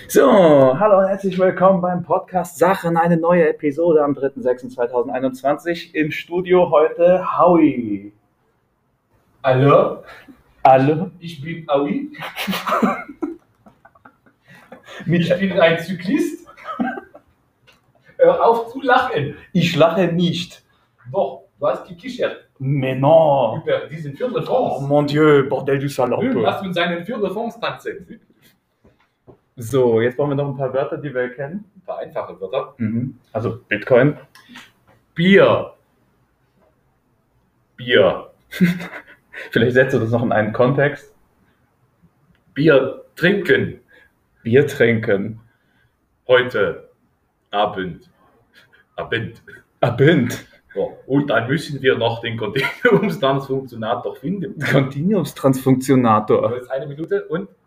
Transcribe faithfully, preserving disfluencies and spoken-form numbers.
So, hallo und herzlich willkommen beim Podcast Sachen, eine neue Episode am dritter sechster zweitausendeinundzwanzig. Im Studio heute Howie. Hallo, Hallo. ich bin Aui. Mit, Ich bin ein Zyklist. Hör auf zu lachen. ich lache nicht. Doch, du hast gekichert Mais non. über diesen Oh Firlefanz. mon Dieu, Bordel du Hm, Salope. lass uns einen Firlefanz tanzen. So, jetzt brauchen wir noch ein paar Wörter, die wir kennen. Ein paar einfache Wörter. Mhm. Also Bitcoin. Bier. Bier. Vielleicht setzt du das noch in einen Kontext. Bier trinken. Bier trinken. Heute Abend. Abend. Abend. Ja, und dann müssen wir noch den Kontinuumstransfunktionator finden. Continuumstransfunktionator. Jetzt eine Minute und